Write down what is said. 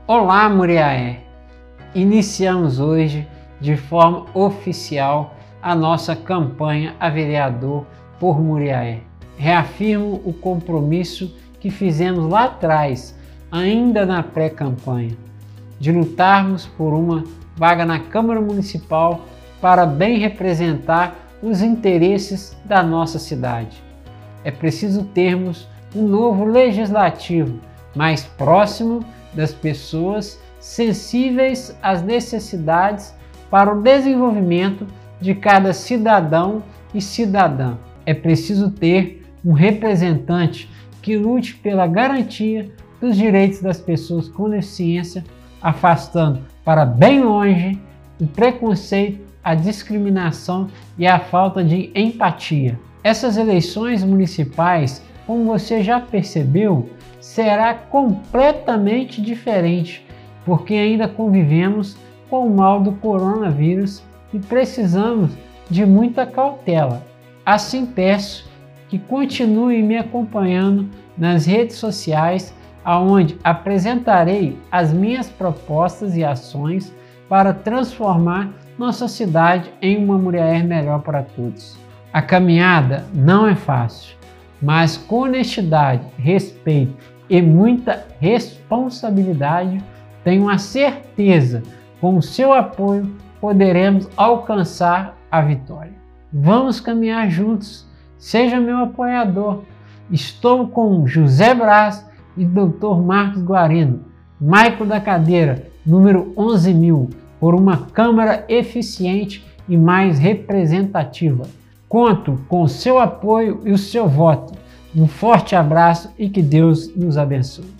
Olá, Muriaé! Iniciamos hoje, de forma oficial, a nossa campanha a vereador por Muriaé. Reafirmo o compromisso que fizemos lá atrás, ainda na pré-campanha, de lutarmos por uma vaga na Câmara Municipal para bem representar os interesses da nossa cidade. É preciso termos um novo legislativo mais próximo das pessoas, sensíveis às necessidades para o desenvolvimento de cada cidadão e cidadã. É preciso ter um representante que lute pela garantia dos direitos das pessoas com deficiência, afastando para bem longe o preconceito, a discriminação e a falta de empatia. Essas eleições municipais, como você já percebeu, será completamente diferente, porque ainda convivemos com o mal do coronavírus e precisamos de muita cautela. Assim peço que continue me acompanhando nas redes sociais, aonde apresentarei as minhas propostas e ações para transformar nossa cidade em uma Muriaé melhor para todos. A caminhada não é fácil, mas com honestidade, respeito e muita responsabilidade, tenho a certeza, com o seu apoio, poderemos alcançar a vitória. Vamos caminhar juntos, seja meu apoiador. Estou com José Braz e Dr. Marcos Guarino, Maico da Cadeira, número 11.000, por uma Câmara eficiente e mais representativa. Conto com o seu apoio e o seu voto. Um forte abraço e que Deus nos abençoe.